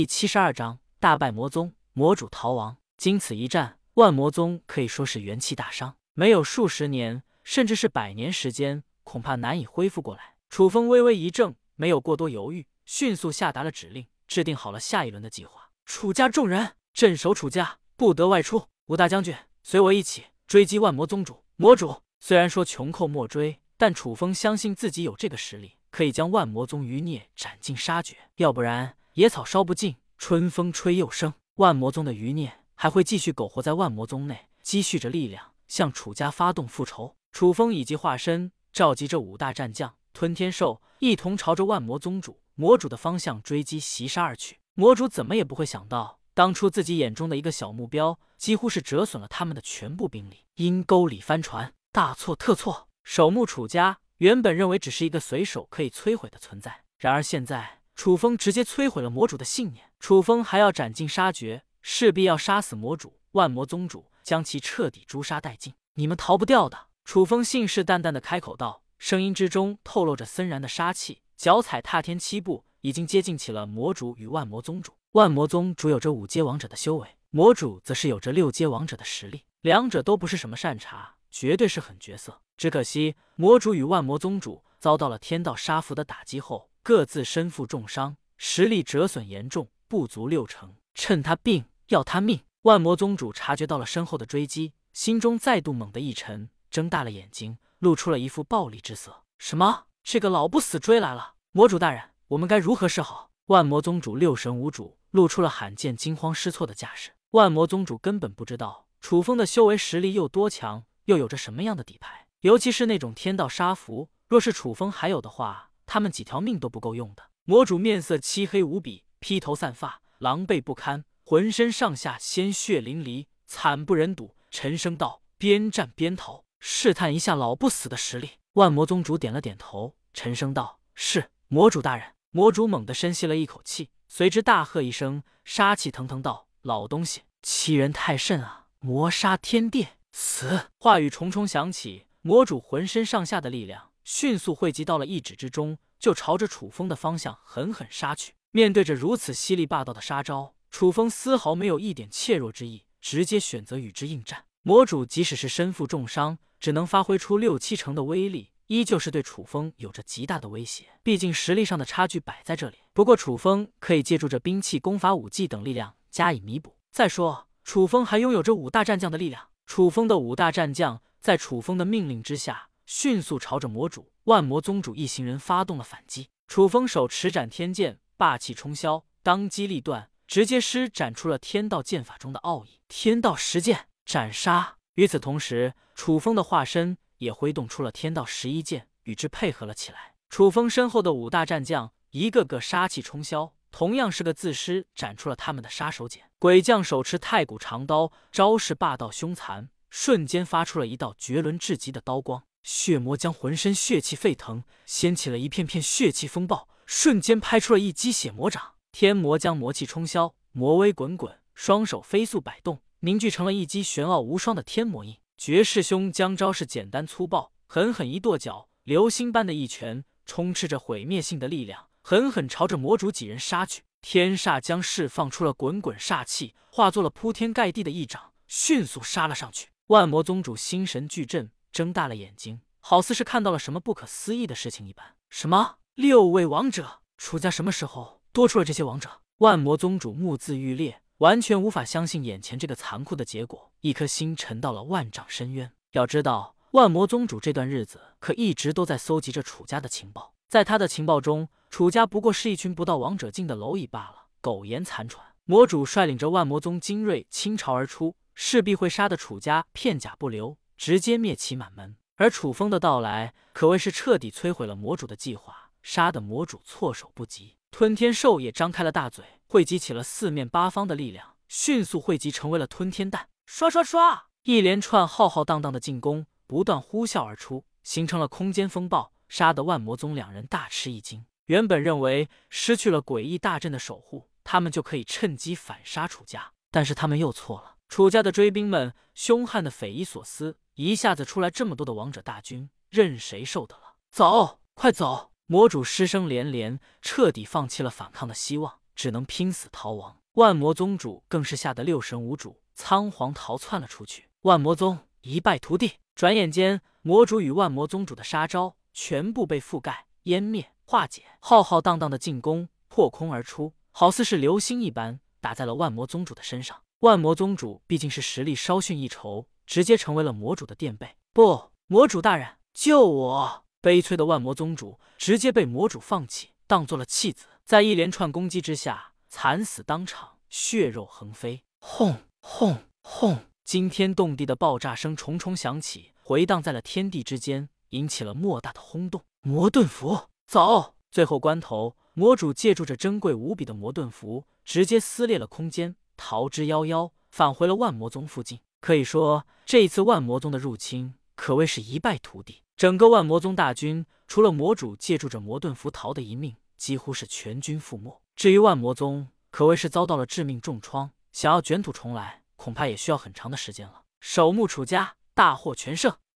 第72章大败魔宗，魔主逃亡。经此一战，万魔宗可以说是元气大伤，没有数十年，甚至是100年时间，恐怕难以恢复过来。楚风微微一怔，没有过多犹豫，迅速下达了指令，制定好了下一轮的计划。楚家众人镇守楚家，不得外出。吴大将军，随我一起追击万魔宗主。魔主虽然说穷寇莫追，但楚风相信自己有这个实力，可以将万魔宗余孽斩尽杀绝。要不然野草烧不尽，春风吹又生，万魔宗的余孽还会继续苟活在万魔宗内，积蓄着力量，向楚家发动复仇。楚风以及化身召集这5大战将、吞天兽，一同朝着万魔宗主、魔主的方向追击袭杀而去。魔主怎么也不会想到，当初自己眼中的一个小目标，几乎是折损了他们的全部兵力。阴沟里翻船，大错特错！守墓楚家原本认为只是一个随手可以摧毁的存在，然而现在楚风直接摧毁了魔主的信念。楚风还要斩尽杀绝，势必要杀死魔主、万魔宗主，将其彻底诛杀殆尽。你们逃不掉的！楚风信誓旦旦地开口道，声音之中透露着森然的杀气，脚踩踏天7步，已经接近起了魔主与万魔宗主。万魔宗主有着5阶王者的修为，魔主则是有着6阶王者的实力，两者都不是什么善茬，绝对是狠角色。只可惜魔主与万魔宗主遭到了天道杀符的打击后，各自身负重伤，实力折损严重，不足60%。趁他病要他命！万魔宗主察觉到了身后的追击，心中再度猛地一沉，睁大了眼睛，露出了一副暴戾之色。什么？这个老不死追来了！魔主大人，我们该如何是好？万魔宗主六神无主，露出了罕见惊慌失措的架势。万魔宗主根本不知道楚风的修为实力有多强，又有着什么样的底牌，尤其是那种天道杀符，若是楚风还有的话，他们几条命都不够用的。魔主面色漆黑无比，披头散发，狼狈不堪，浑身上下鲜血淋漓，惨不忍睹，沉声道：“边战边逃，试探一下老不死的实力。”万魔宗主点了点头，沉声道：“是，魔主大人。”魔主猛地深吸了一口气，随之大喝一声，杀气腾腾道：“老东西，欺人太甚啊！魔杀天殿，死！”话语重重响起，魔主浑身上下的力量迅速汇集到了一指之中，就朝着楚风的方向狠狠杀去。面对着如此犀利霸道的杀招，楚风丝毫没有一点怯弱之意，直接选择与之应战。魔主即使是身负重伤，只能发挥出6-7成的威力，依旧是对楚风有着极大的威胁，毕竟实力上的差距摆在这里。不过楚风可以借助着兵器、功法、武技等力量加以弥补。再说，楚风还拥有着5大战将的力量。楚风的5大战将在楚风的命令之下，迅速朝着魔主、万魔宗主一行人发动了反击。楚风手持斩天剑，霸气冲霄，当机立断，直接施展出了天道剑法中的奥义——天道十剑斩杀。与此同时，楚风的化身也挥动出了天道11剑，与之配合了起来。楚风身后的5大战将一个个杀气冲霄，同样是个自施展出了他们的杀手锏。鬼将手持太古长刀，招式霸道凶残，瞬间发出了一道绝伦至极的刀光。血魔将浑身血气沸腾，掀起了一片片血气风暴，瞬间拍出了一击血魔掌。天魔将魔气冲霄，魔威滚滚，双手飞速摆动，凝聚成了一击玄奥无双的天魔印。绝世兄将招式简单粗暴，狠狠一跺脚，流星般的一拳，充斥着毁灭性的力量，狠狠朝着魔主几人杀去。天煞将释放出了滚滚煞气，化作了铺天盖地的一掌，迅速杀了上去。万魔宗主心神俱震，睁大了眼睛，好似是看到了什么不可思议的事情一般。什么？6位王者？楚家什么时候多出了这些王者？万魔宗主目眦欲裂，完全无法相信眼前这个残酷的结果，一颗心沉到了万丈深渊。要知道，万魔宗主这段日子可一直都在搜集着楚家的情报，在他的情报中，楚家不过是一群不到王者境的蝼蚁罢了，苟延残喘。魔主率领着万魔宗精锐倾巢而出，势必会杀得楚家片甲不留，直接灭其满门。而楚风的到来可谓是彻底摧毁了魔主的计划，杀得魔主措手不及。吞天兽也张开了大嘴，汇集起了4面8方的力量，迅速汇集成为了吞天弹。刷刷刷，一连串浩浩荡荡的进攻不断呼啸而出，形成了空间风暴，杀得万魔宗2人大吃一惊。原本认为失去了诡异大阵的守护，他们就可以趁机反杀楚家，但是他们又错了。楚家的追兵们凶悍的匪夷所思，一下子出来这么多的王者大军，任谁受得了？走，快走！魔主失声连连，彻底放弃了反抗的希望。 只能拼死逃亡。万魔宗主更是吓得六神无主，仓皇逃窜了出去。万魔宗一败涂地。转眼间，魔主与万魔宗主的杀招全部被覆盖、湮灭、化解，浩浩荡荡的进攻破空而出，好似是流星一般打在了万魔宗主的身上。万魔宗主毕竟是实力稍逊一筹，直接成为了魔主的垫背。不，魔主大人，救我！悲催的万魔宗主直接被魔主放弃，当做了弃子，在一连串攻击之下惨死当场，血肉横飞。轰轰轰！惊天动地的爆炸声重重响起，回荡在了天地之间，引起了莫大的轰动。魔盾符，走！最后关头，魔主借助着珍贵无比的魔盾符，直接撕裂了空间，逃之夭夭，返回了万魔宗附近。可以说，这一次万魔宗的入侵可谓是一败涂地。整个万魔宗大军，除了魔主借助着魔盾符逃的一命，几乎是全军覆没。至于万魔宗，可谓是遭到了致命重创，想要卷土重来，恐怕也需要很长的时间了。守墓楚家大获全胜。